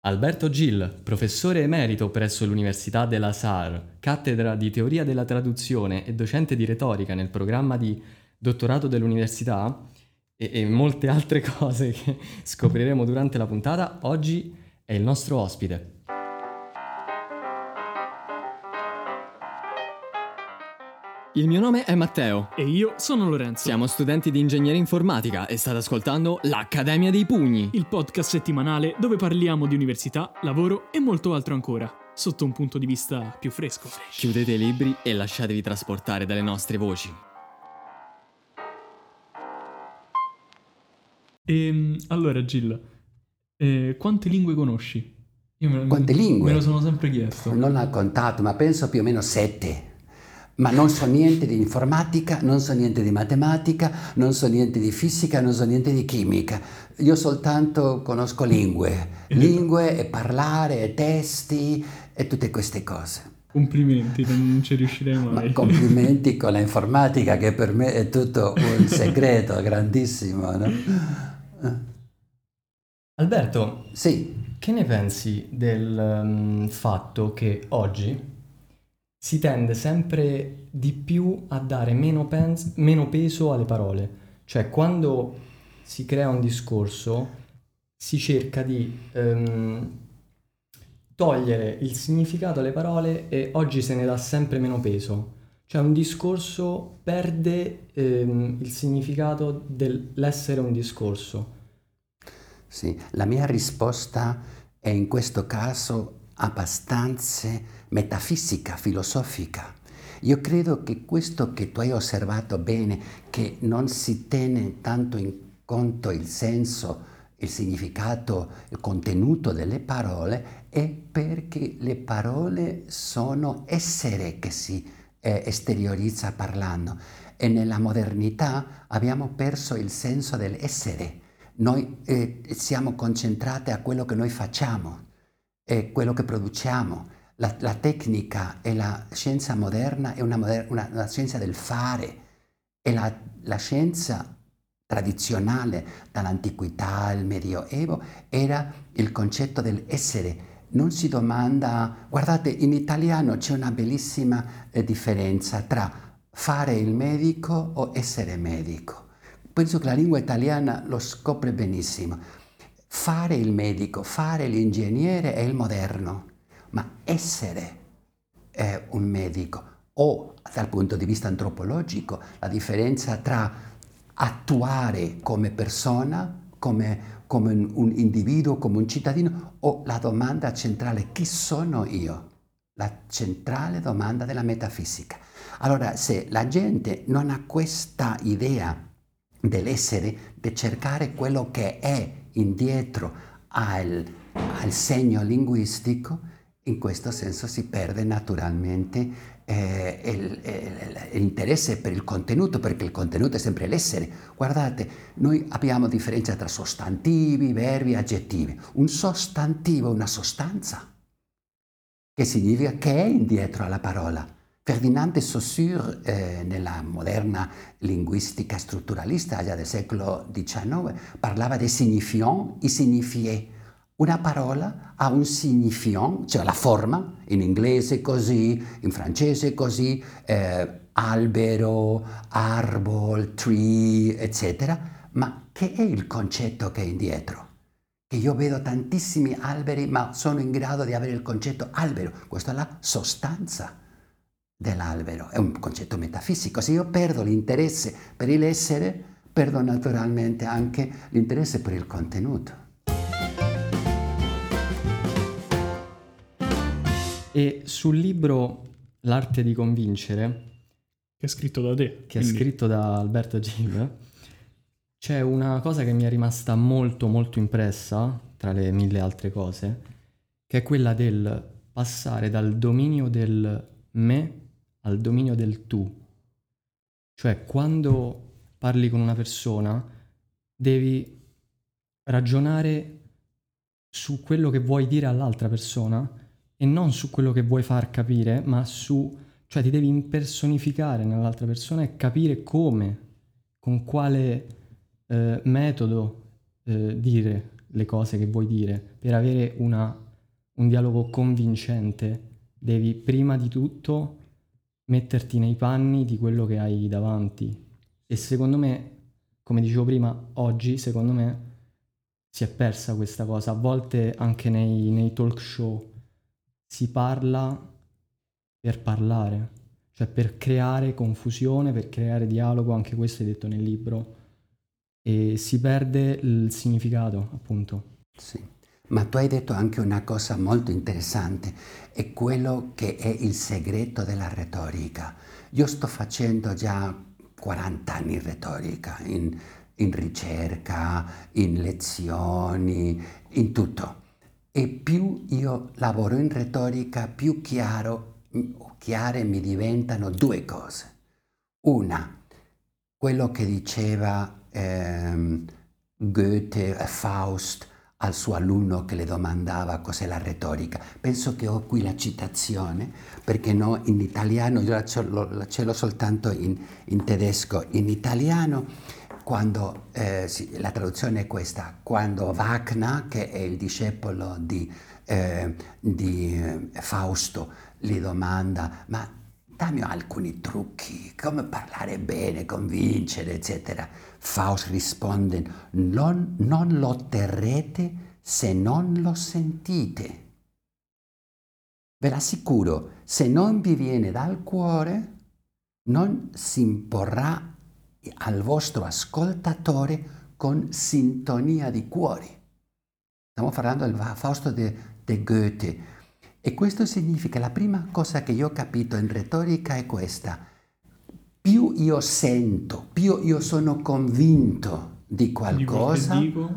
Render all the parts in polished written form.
Alberto Gil, professore emerito presso l'Università della Saar, cattedra di teoria della traduzione e docente di retorica nel programma di dottorato dell'università e molte altre cose che scopriremo durante la puntata, oggi è il nostro ospite. Il mio nome è Matteo. E io sono Lorenzo. Siamo studenti di ingegneria informatica e state ascoltando l'Accademia dei Pugni, il podcast settimanale dove parliamo di università, lavoro e molto altro ancora, sotto un punto di vista più fresco. Chiudete i libri e lasciatevi trasportare dalle nostre voci. Allora, Gil, quante lingue conosci? Quante lingue? Me lo sono sempre chiesto. Non l'ho contato, ma penso più o meno 7. Ma non so niente di informatica, non so niente di matematica, non so niente di fisica, non so niente di chimica. Io soltanto conosco lingue e parlare e testi e tutte queste cose. Complimenti, non ci riuscirei mai. Ma complimenti con l'informatica che per me è tutto un segreto grandissimo, no? Alberto, Sì. che ne pensi del fatto che oggi si tende sempre di più a dare meno peso alle parole? Cioè, quando si crea un discorso, si cerca di togliere il significato alle parole e oggi se ne dà sempre meno peso. Cioè, un discorso perde il significato dell'essere un discorso. Sì, la mia risposta è in questo caso abbastanza metafisica, filosofica. Io credo che questo che tu hai osservato bene, che non si tiene tanto in conto il senso, il significato, il contenuto delle parole, è perché le parole sono essere che si esteriorizza parlando e nella modernità abbiamo perso il senso dell'essere. Noi siamo concentrati a quello che noi facciamo e quello che produciamo. La tecnica e la scienza moderna è una scienza del fare e la scienza tradizionale dall'antichità al medioevo era il concetto dell'essere. Non si domanda, guardate, in italiano c'è una bellissima differenza tra fare il medico o essere medico. Penso che la lingua italiana lo scopre benissimo. Fare il medico, fare l'ingegnere è il moderno, ma essere è un medico. O, dal punto di vista antropologico, la differenza tra attuare come persona, come un individuo, come un cittadino, o la domanda centrale, chi sono io? La centrale domanda della metafisica. Allora, se la gente non ha questa idea dell'essere, di cercare quello che è indietro al segno linguistico, in questo senso si perde naturalmente l'interesse per il contenuto, perché il contenuto è sempre l'essere. Guardate, noi abbiamo differenza tra sostantivi, verbi, aggettivi. Un sostantivo è una sostanza, che significa che è indietro alla parola. Ferdinand de Saussure, nella moderna linguistica strutturalista già del secolo XIX, parlava di signifiant, i signifié. Una parola ha un signifiant, cioè la forma, in inglese così, in francese così, albero, arbol, tree, eccetera, ma che è il concetto che è indietro? Che io vedo tantissimi alberi, ma sono in grado di avere il concetto albero. Questa è la sostanza dell'albero, è un concetto metafisico. Se io perdo l'interesse per l'essere, perdo naturalmente anche l'interesse per il contenuto. E sul libro L'arte di convincere, che è scritto da te, che è scritto da Alberto Gil, c'è una cosa che mi è rimasta molto molto impressa, tra le mille altre cose, che è quella del passare dal dominio del me al dominio del tu. Cioè, quando parli con una persona, devi ragionare su quello che vuoi dire all'altra persona e non su quello che vuoi far capire, ma cioè ti devi impersonificare nell'altra persona e capire come, con quale metodo dire le cose che vuoi dire. Per avere un dialogo convincente devi prima di tutto metterti nei panni di quello che hai davanti. E secondo me, come dicevo prima, oggi secondo me si è persa questa cosa. A volte anche nei talk show si parla per parlare, cioè per creare confusione, per creare dialogo, anche questo è detto nel libro, e si perde il significato, appunto. Sì. Ma tu hai detto anche una cosa molto interessante, è quello che è il segreto della retorica. Io sto facendo già 40 anni in retorica, in ricerca, in lezioni, in tutto. E più io lavoro in retorica, più chiare mi diventano due cose. Una, quello che diceva Goethe, Faust, al suo alunno che le domandava cos'è la retorica. Penso che ho qui la citazione, perché no, in italiano, io ce l'ho soltanto in tedesco. In italiano, quando, la traduzione è questa, quando Wagner, che è il discepolo di Fausto, gli domanda, ma dammi alcuni trucchi, come parlare bene, convincere, eccetera. Faust risponde, non lo otterrete se non lo sentite. Ve l'assicuro, se non vi viene dal cuore, non si imporrà al vostro ascoltatore con sintonia di cuore. Stiamo parlando del Fausto di Goethe. E questo significa, la prima cosa che io ho capito in retorica è questa: più io sento, più io sono convinto di qualcosa,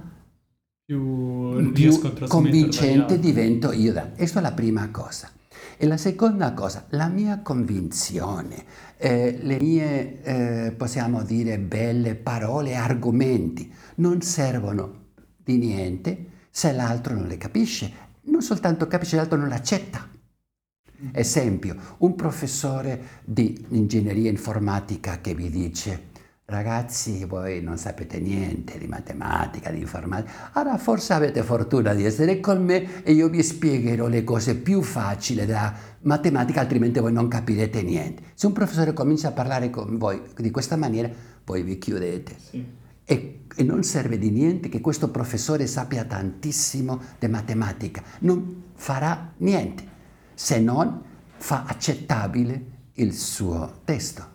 più riesco a più trasmetterla agli convincente altri. divento io. Questa è la prima cosa. E la seconda cosa, la mia convinzione, le mie, possiamo dire, belle parole, argomenti, non servono di niente se l'altro non le capisce. Non soltanto capisce, l'altro non l'accetta. Esempio, un professore di ingegneria informatica che vi dice: ragazzi, voi non sapete niente di matematica, di informatica, allora forse avete fortuna di essere con me e io vi spiegherò le cose più facili della matematica, altrimenti voi non capirete niente. Se un professore comincia a parlare con voi di questa maniera, voi vi chiudete. Sì. E non serve di niente che questo professore sappia tantissimo di matematica, non farà niente se non fa accettabile il suo testo.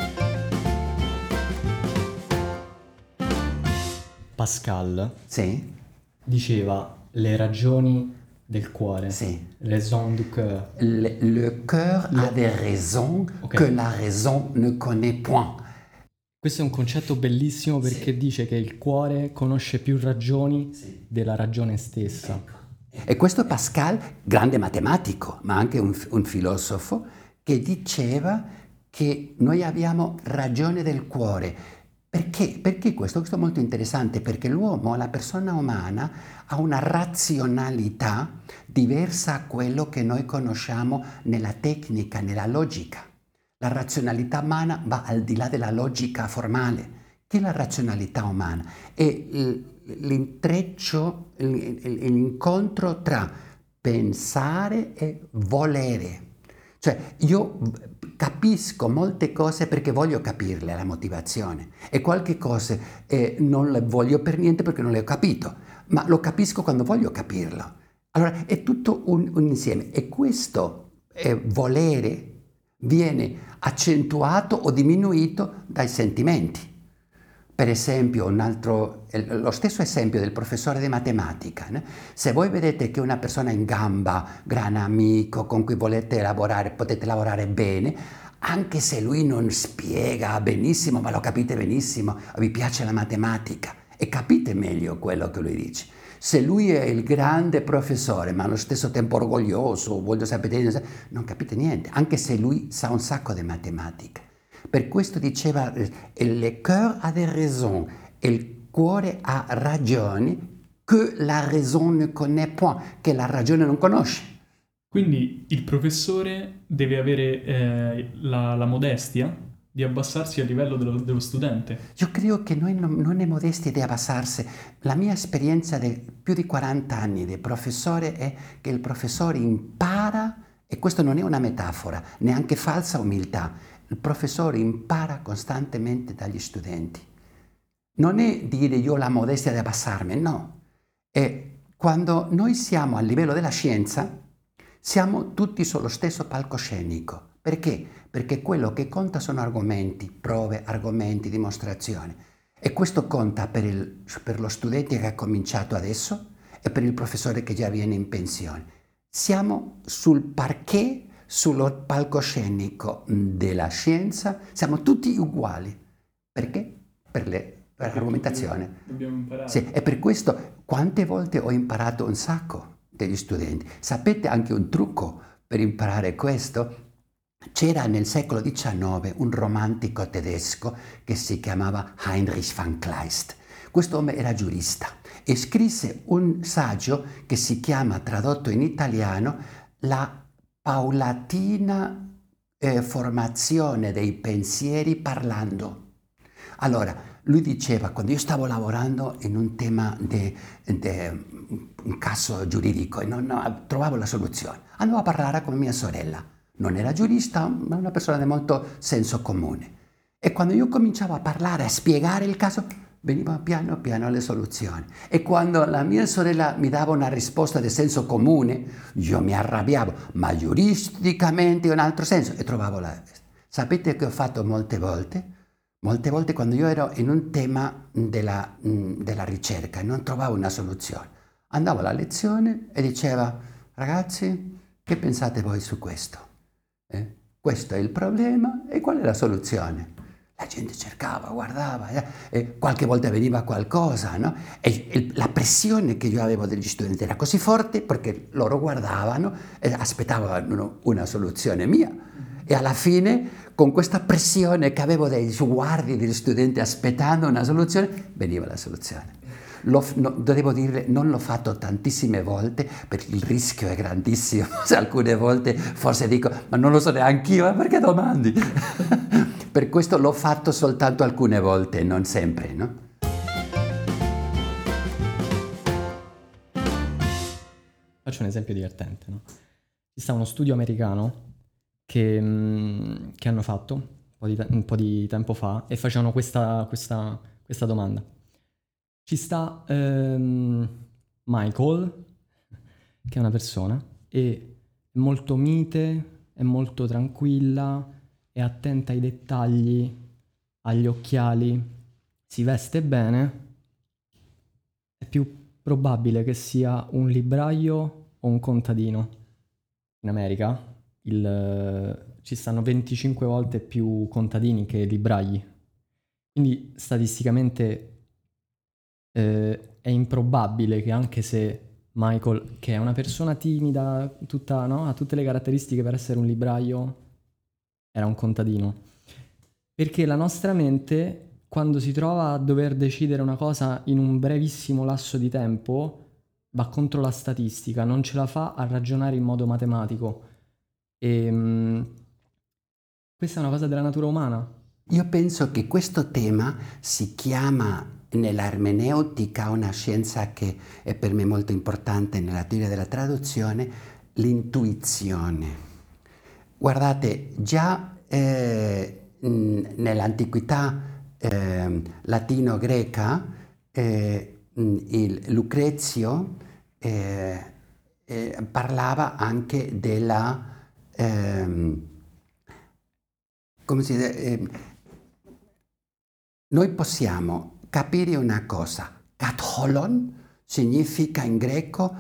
Pascal Sì? diceva le ragioni del cuore, Sì. raison du cœur. Le cœur a des raisons que la raison ne connaît point. Questo è un concetto bellissimo perché dice che il cuore conosce più ragioni della ragione stessa. E questo è Pascal, grande matematico, ma anche un filosofo, che diceva che noi abbiamo ragione del cuore. Perché? Perché questo? Questo è molto interessante, perché l'uomo, la persona umana, ha una razionalità diversa a quello che noi conosciamo nella tecnica, nella logica. La razionalità umana va al di là della logica formale. Che è la razionalità umana? È l'intreccio, l'incontro tra pensare e volere. Cioè io capisco molte cose perché voglio capirle, la motivazione, e qualche cosa non le voglio per niente perché non le ho capito, ma lo capisco quando voglio capirlo. Allora è tutto un insieme, e questo volere viene accentuato o diminuito dai sentimenti. Per esempio, lo stesso esempio del professore di matematica. Né? Se voi vedete che una persona in gamba, gran amico, con cui volete lavorare, potete lavorare bene, anche se lui non spiega benissimo, ma lo capite benissimo, vi piace la matematica e capite meglio quello che lui dice. Se lui è il grande professore, ma allo stesso tempo orgoglioso, voglio sapere, non capite niente, anche se lui sa un sacco di matematica. Per questo diceva, le cœur a des raisons, il cuore ha ragioni que la raison ne connaît point, che la ragione non conosce. Quindi il professore deve avere la modestia di abbassarsi a livello dello studente. Io credo che noi non è modestia di abbassarsi. La mia esperienza di più di 40 anni di professore è che il professore impara, e questo non è una metafora, neanche falsa umiltà, il professore impara costantemente dagli studenti. Non è dire io ho la modestia di abbassarmi, no. È quando noi siamo a livello della scienza, siamo tutti sullo stesso palcoscenico. Perché? Perché quello che conta sono argomenti, prove, argomenti, dimostrazioni. E questo conta per lo studente che ha cominciato adesso e per il professore che già viene in pensione. Siamo sul parquet, sul palcoscenico della scienza, siamo tutti uguali. Perché? Per l'argomentazione. Dobbiamo imparare. Sì, e per questo quante volte ho imparato un sacco degli studenti. Sapete anche un trucco per imparare questo? C'era nel secolo XIX un romantico tedesco che si chiamava Heinrich von Kleist. Quest'uomo era giurista e scrisse un saggio che si chiama, tradotto in italiano, La paulatina formazione dei pensieri parlando. Allora, lui diceva, quando io stavo lavorando in un tema un caso giuridico e non trovavo la soluzione, andavo a parlare con mia sorella. Non era giurista, ma una persona di molto senso comune. E quando io cominciavo a parlare, a spiegare il caso, venivano piano piano le soluzioni. E quando la mia sorella mi dava una risposta di senso comune, io mi arrabbiavo, ma giuristicamente in un altro senso, e trovavo la... Sapete che ho fatto molte volte? Molte volte quando io ero in un tema della ricerca e non trovavo una soluzione, andavo alla lezione e diceva, ragazzi, che pensate voi su questo? Questo è il problema e qual è la soluzione? La gente cercava, guardava, e qualche volta veniva qualcosa, no? E la pressione che io avevo degli studenti era così forte perché loro guardavano e aspettavano una soluzione mia. E alla fine, con questa pressione che avevo dai sguardi degli studenti aspettando una soluzione, veniva la soluzione. Devo dire, non l'ho fatto tantissime volte perché il rischio è grandissimo. Alcune volte forse dico, ma non lo so neanche io, ma perché domandi? Per questo l'ho fatto soltanto alcune volte, non sempre, no? Faccio un esempio divertente, no? Ci sta uno studio americano che hanno fatto un po' di tempo fa e facevano questa domanda. Ci sta Michael, che è una persona, e è molto mite, è molto tranquilla, è attenta ai dettagli, agli occhiali, si veste bene. È più probabile che sia un libraio o un contadino. In America ci stanno 25 volte più contadini che librai. Quindi statisticamente è improbabile che anche se Michael, che è una persona timida, ha tutte le caratteristiche per essere un libraio, era un contadino. Perché la nostra mente, quando si trova a dover decidere una cosa in un brevissimo lasso di tempo, va contro la statistica, non ce la fa a ragionare in modo matematico. E questa è una cosa della natura umana. Io penso che questo tema si chiama nell'ermeneutica, una scienza che è per me molto importante nella teoria della traduzione, l'intuizione. Guardate, già nell'antichità latino-greca il Lucrezio parlava anche della come si dice, noi possiamo capire una cosa, katholon significa in greco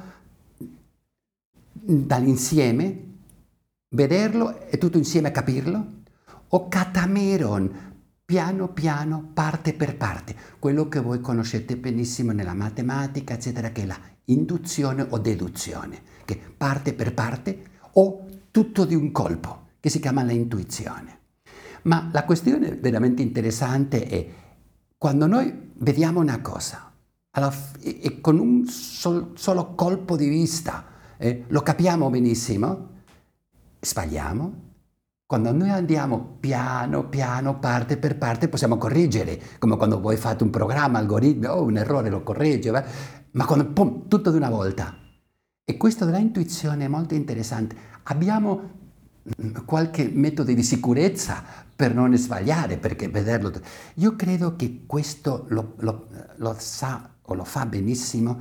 dall'insieme, vederlo e tutto insieme capirlo, o katameron, piano piano, parte per parte, quello che voi conoscete benissimo nella matematica, eccetera, che è la induzione o deduzione, che parte per parte o tutto di un colpo, che si chiama la intuizione. Ma la questione veramente interessante è quando noi vediamo una cosa e con un solo colpo di vista lo capiamo benissimo, sbagliamo Quando noi andiamo piano piano, parte per parte, possiamo correggere, come quando voi fate un programma, algoritmo, un errore lo corregge, ma quando pum, tutto di una volta. E questo della intuizione è molto interessante. Abbiamo qualche metodo di sicurezza per non sbagliare, perché vederlo. Io credo che questo lo sa o lo fa benissimo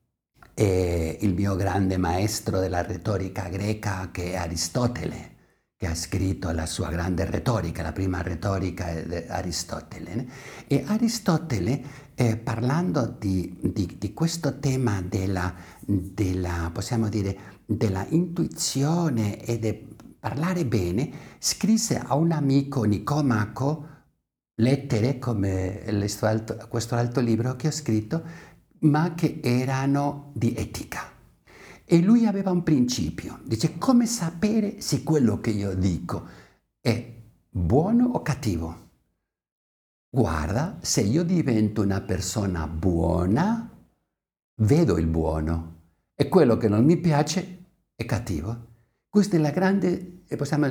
il mio grande maestro della retorica greca, che è Aristotele, che ha scritto la sua grande retorica, la prima retorica è Aristotele. E Aristotele, parlando di questo tema della, possiamo dire, della intuizione e del parlare bene, scrisse a un amico Nicomaco lettere come questo alto libro che ho scritto, ma che erano di etica. E lui aveva un principio, dice: come sapere se quello che io dico è buono o cattivo? Guarda, se io divento una persona buona, vedo il buono, e quello che non mi piace è cattivo. Questa è la grande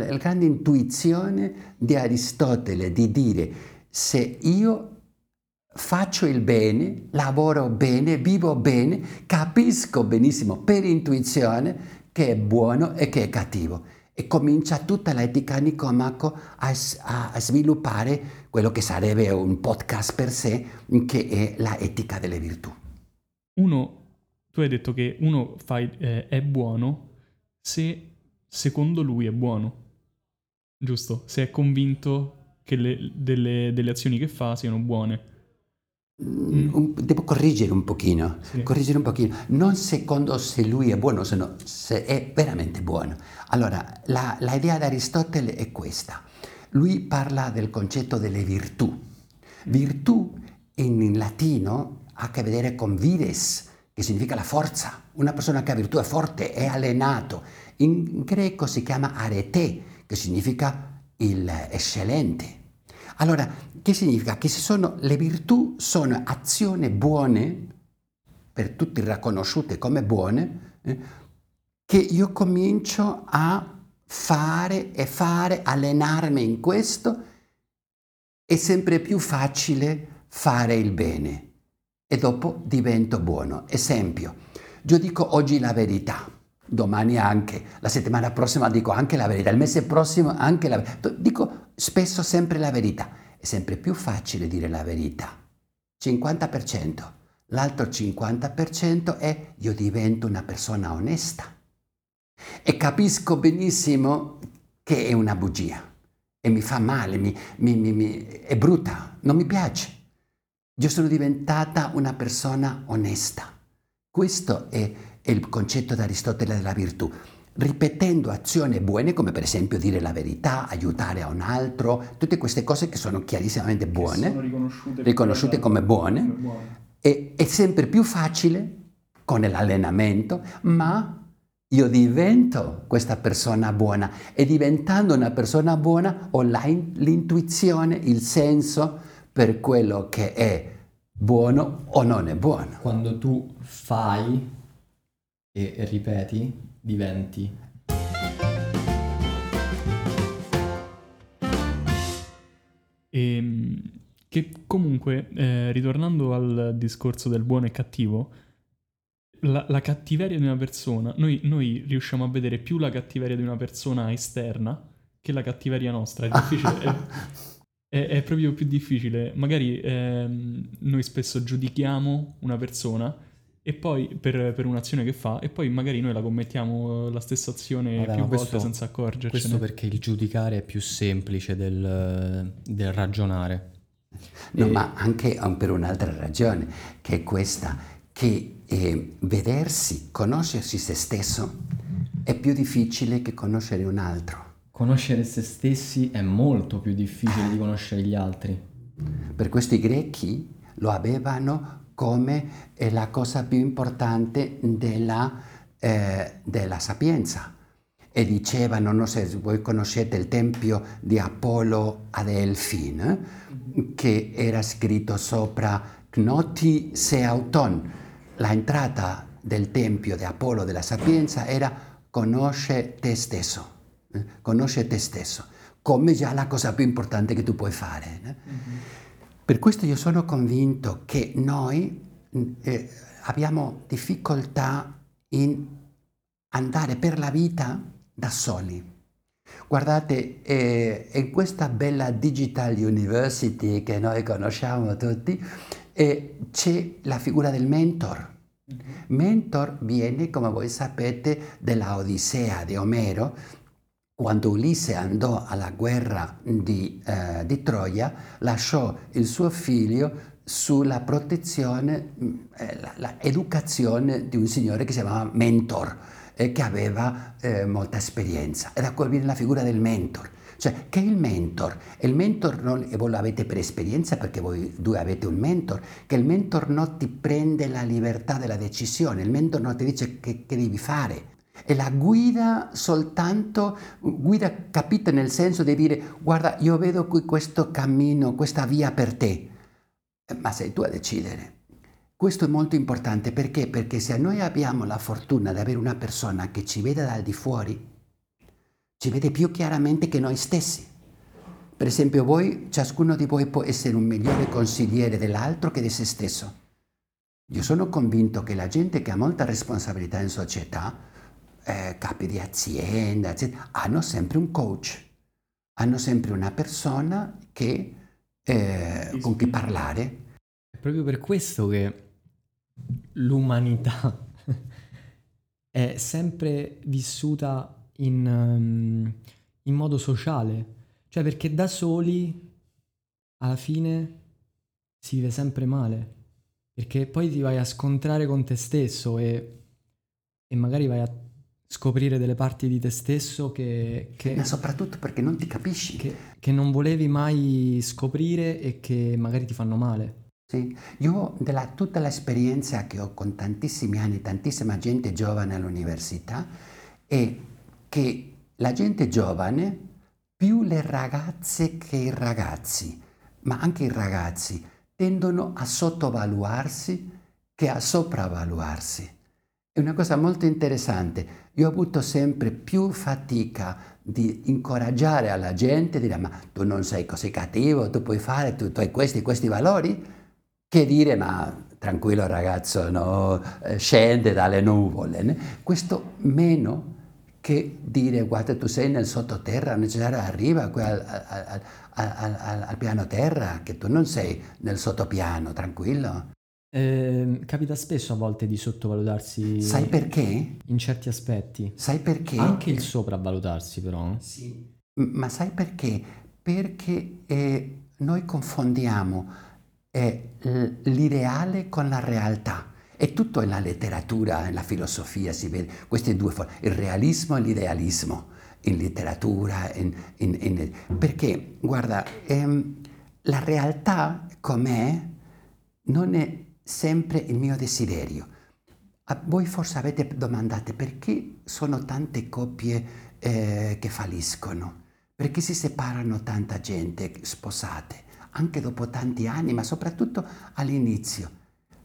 intuizione di Aristotele, di dire: se io faccio il bene, lavoro bene, vivo bene, capisco benissimo per intuizione che è buono e che è cattivo. E comincia tutta l'etica Nicomaco a sviluppare quello che sarebbe un podcast per sé, che è la etica delle virtù. Tu hai detto che uno è buono se secondo lui è buono, giusto? Se è convinto che delle azioni che fa siano buone. Devo correggere un pochino, non secondo se lui è buono, se è veramente buono. Allora, la idea di Aristotele è questa. Lui parla del concetto delle virtù. Virtù in latino ha a che vedere con vides, che significa la forza. Una persona che ha virtù è forte, è allenato. In greco si chiama arete, che significa il eccellente. Allora, che significa? Che le virtù sono azioni buone, per tutti riconosciute come buone, che io comincio a fare, allenarmi in questo, è sempre più facile fare il bene e dopo divento buono. Esempio, io dico oggi la verità, domani anche, la settimana prossima dico anche la verità, il mese prossimo anche la verità. Dico spesso sempre la verità. È sempre più facile dire la verità. 50%. L'altro 50% è io divento una persona onesta. E capisco benissimo che è una bugia. E mi fa male, è brutta, non mi piace. Io sono diventata una persona onesta. Questo è il concetto di Aristotele della virtù. Ripetendo azioni buone, come per esempio dire la verità, aiutare a un altro, tutte queste cose che sono chiarissimamente buone, sono riconosciute come buone, è sempre più facile con l'allenamento, ma io divento questa persona buona, e diventando una persona buona ho l'intuizione, il senso per quello che è buono o non è buono. Quando tu fai e ripeti, diventi. Che comunque, ritornando al discorso del buono e cattivo, la cattiveria di una persona, noi riusciamo a vedere più la cattiveria di una persona esterna che la cattiveria nostra. È difficile, è proprio più difficile. Magari noi spesso giudichiamo una persona e poi per un'azione che fa, e poi magari noi la commettiamo la stessa azione più volte senza accorgercene. Questo perché il giudicare è più semplice del ragionare. No, ma anche per un'altra ragione, che è questa, che vedersi, conoscersi se stesso è più difficile che conoscere un altro. Conoscere se stessi è molto più difficile di conoscere gli altri. Per questo i greci lo avevano come la cosa più importante della sapienza. E dicevano, non so se voi conoscete il tempio di Apollo a Delfi, che era scritto sopra Gnoti se auton. La entrata del tempio di Apollo della sapienza era conosce te stesso. Conosce te stesso. come già la cosa più importante che tu puoi fare. Per questo io sono convinto che noi abbiamo difficoltà in andare per la vita da soli. Guardate, in questa bella Digital University che noi conosciamo tutti, c'è la figura del mentor. Mentor viene, come voi sapete, della Odissea di Omero, quando Ulisse andò alla guerra di Troia, lasciò il suo figlio sulla protezione, l'educazione di un signore che si chiamava Mentor, che aveva molta esperienza. E da qui viene la figura del mentor. Cioè, che è il mentor? Il mentor non, e voi lo avete per esperienza perché voi due avete un mentor, che il mentor non ti prende la libertà della decisione, il mentor non ti dice che devi fare. E la guida soltanto, guida capita nel senso di dire: guarda, io vedo qui questo cammino, questa via per te, ma sei tu a decidere. Questo è molto importante perché? Perché se noi abbiamo la fortuna di avere una persona che ci vede dal di fuori, ci vede più chiaramente che noi stessi. Per esempio voi, ciascuno di voi può essere un migliore consigliere dell'altro che di se stesso. Io sono convinto che la gente che ha molta responsabilità in società, capi di azienda, eccetera, hanno sempre un coach, hanno sempre una persona che, con cui parlare. È proprio per questo che l'umanità è sempre vissuta in modo sociale, cioè perché da soli alla fine si vive sempre male, perché poi ti vai a scontrare con te stesso e magari vai a scoprire delle parti di te stesso Ma soprattutto perché non ti capisci. Che non volevi mai scoprire e che magari ti fanno male. Sì. Io tutta l'esperienza che ho con tantissimi anni, tantissima gente giovane all'università, è che la gente giovane, più le ragazze che i ragazzi, ma anche i ragazzi, tendono a sottovaluarsi che a sopravvaluarsi. È una cosa molto interessante. Io ho avuto sempre più fatica di incoraggiare alla gente, dire: ma tu non sei così cattivo, tu puoi fare, tu hai questi valori, che dire: ma tranquillo ragazzo, no, scende dalle nuvole. Né? Questo meno che dire: guarda, tu sei nel sottoterra, necessario arriva qui al piano terra, che tu non sei nel sottopiano, tranquillo. Capita spesso a volte di sottovalutarsi. Sai perché? In certi aspetti. Sai perché? Anche il sopravvalutarsi però. Sì. Ma sai perché? Perché noi confondiamo l'ideale con la realtà. E tutto nella letteratura, nella filosofia si vede queste due forme, il realismo e l'idealismo, in letteratura, perché guarda, la realtà com'è non è sempre il mio desiderio. Voi forse avete domandato perché sono tante coppie che falliscono, perché si separano tanta gente sposate, anche dopo tanti anni, ma soprattutto all'inizio.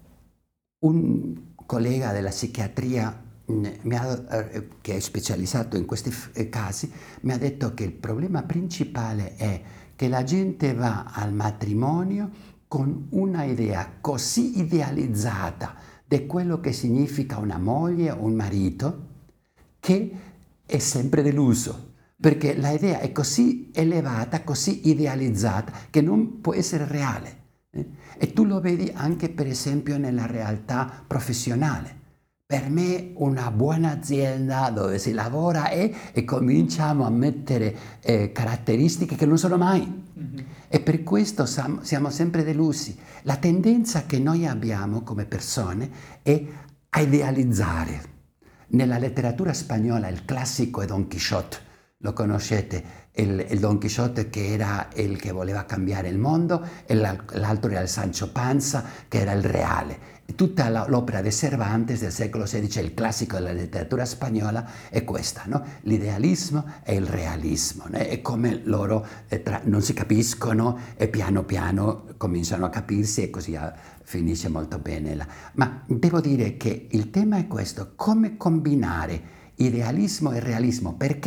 Un collega della psichiatria che è specializzato in questi casi mi ha detto che il problema principale è che la gente va al matrimonio con una idea così idealizzata di quello che significa una moglie o un marito che è sempre deluso, perché l'idea è così elevata, così idealizzata che non può essere reale. E tu lo vedi anche per esempio nella realtà professionale. Per me una buona azienda dove si lavora e cominciamo a mettere caratteristiche che non sono mai. E per questo siamo sempre delusi. La tendenza che noi abbiamo come persone è a idealizzare. Nella letteratura spagnola il classico è Don Quixote, lo conoscete, il Don Quixote che era il che voleva cambiare il mondo e l'altro era il Sancho Panza che era il reale. Tutta l'opera di Cervantes del secolo XVI, il classico della letteratura spagnola, è questa, no? L'idealismo e il realismo, no? E come loro non si capiscono e piano piano cominciano a capirsi e così finisce molto bene. Ma devo dire che il tema è questo: come combinare idealismo e realismo, perché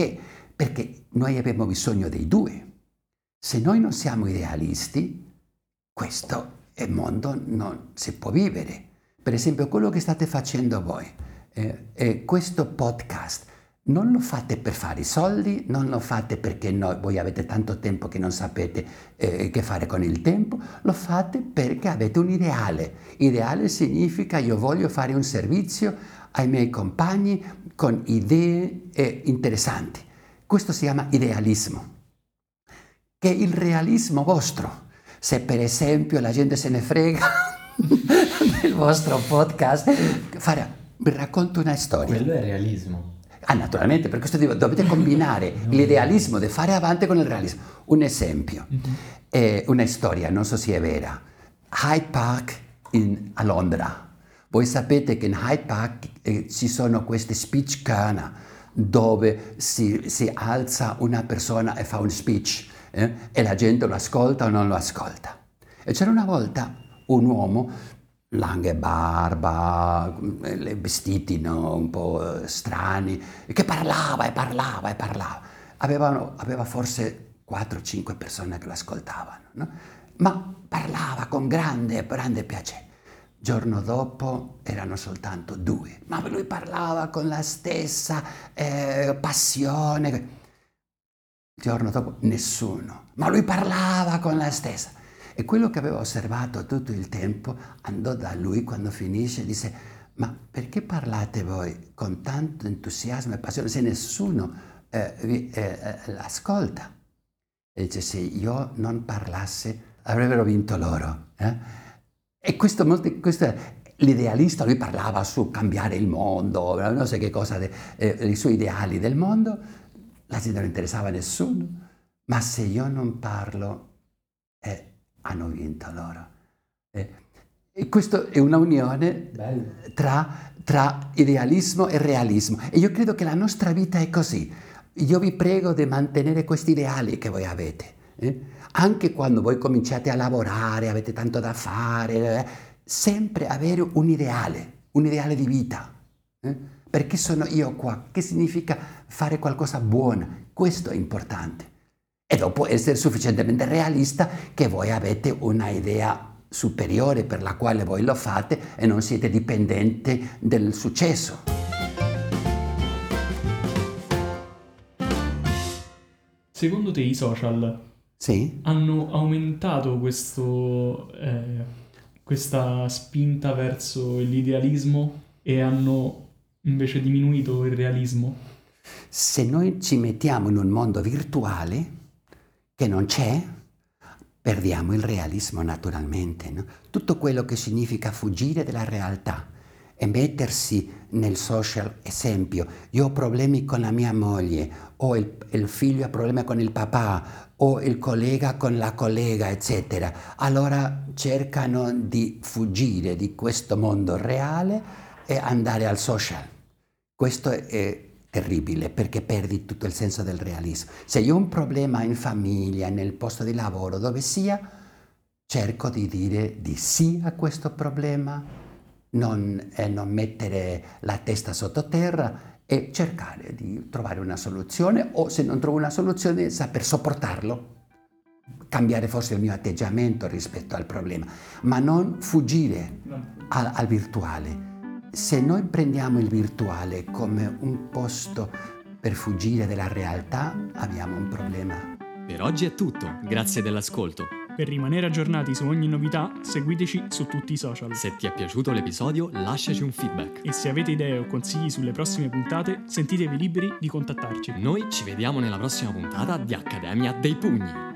perché noi abbiamo bisogno dei due. Se noi non siamo idealisti, questo mondo non si può vivere. Per esempio, quello che state facendo voi, questo podcast, non lo fate per fare i soldi, non lo fate perché voi avete tanto tempo che non sapete che fare con il tempo, lo fate perché avete un ideale. Ideale significa io voglio fare un servizio ai miei compagni con idee interessanti. Questo si chiama idealismo, che è il realismo vostro. Se per esempio la gente se ne frega del vostro podcast, vi racconto una storia. Quello è realismo. Naturalmente, per questo dovete combinare l'idealismo di fare avanti con il realismo. Un esempio, una storia, non so se è vera. Hyde Park a Londra. Voi sapete che in Hyde Park ci sono queste speech corner dove si alza una persona e fa un speech e la gente lo ascolta o non lo ascolta. E c'era una volta un uomo, langhe barba, vestiti un po' strani, che parlava. Aveva forse 4-5 persone che lo ascoltavano, no? Ma parlava con grande piacere. Giorno dopo erano soltanto 2, ma lui parlava con la stessa passione. Il giorno dopo nessuno, ma lui parlava con la stessa. E quello che aveva osservato tutto il tempo andò da lui quando finisce e disse: ma perché parlate voi con tanto entusiasmo e passione se nessuno vi ascolta? E dice: se io non parlassi avrebbero vinto loro. E questo l'idealista, lui parlava su cambiare il mondo, non so che cosa, i suoi ideali del mondo, la gente non interessava a nessuno, ma se io non parlo, hanno vinto loro. E questo è una unione tra idealismo e realismo. E io credo che la nostra vita è così. Io vi prego di mantenere questi ideali che voi avete. Anche quando voi cominciate a lavorare, avete tanto da fare, sempre avere un ideale di vita. Perché sono io qua? Che significa fare qualcosa buono? Questo è importante. E dopo essere sufficientemente realista che voi avete una idea superiore per la quale voi lo fate e non siete dipendenti del successo. Secondo te i social hanno aumentato questa spinta verso l'idealismo e hanno invece diminuito il realismo? Se noi ci mettiamo in un mondo virtuale che non c'è, perdiamo il realismo naturalmente, no? Tutto quello che significa fuggire dalla realtà e mettersi nel social, esempio, io ho problemi con la mia moglie, o il figlio ha problemi con il papà, o il collega con la collega, eccetera. Allora cercano di fuggire di questo mondo reale e andare al social. Questo è terribile perché perdi tutto il senso del realismo. Se io ho un problema in famiglia, nel posto di lavoro, dove sia, cerco di dire di sì a questo problema, non mettere la testa sottoterra e cercare di trovare una soluzione, o se non trovo una soluzione saper sopportarlo, cambiare forse il mio atteggiamento rispetto al problema, ma non fuggire al virtuale. Se noi prendiamo il virtuale come un posto per fuggire dalla realtà, abbiamo un problema. Per oggi è tutto, grazie dell'ascolto. Per rimanere aggiornati su ogni novità, seguiteci su tutti i social. Se ti è piaciuto l'episodio, lasciaci un feedback. E se avete idee o consigli sulle prossime puntate, sentitevi liberi di contattarci. Noi ci vediamo nella prossima puntata di Accademia dei Pugni.